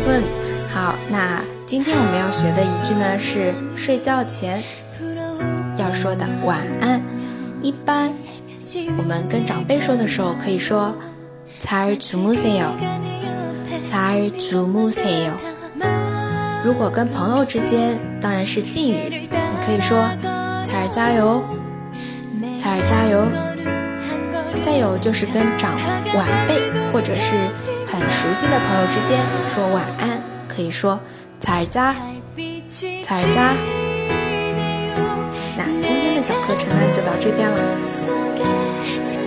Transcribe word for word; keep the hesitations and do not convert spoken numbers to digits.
여러분。好，那今天我们要学的一句呢是睡觉前要说的晚安。一般我们跟长辈说的时候可以说잘 주무세요，잘 주무세요。如果跟朋友之间当然是敬语，你可以说잘 자요，잘 자요。再有就是跟长晚辈或者是很熟悉的朋友之间说晚安，可以说잘 자，잘 자。那今天的小课程呢就到这边了。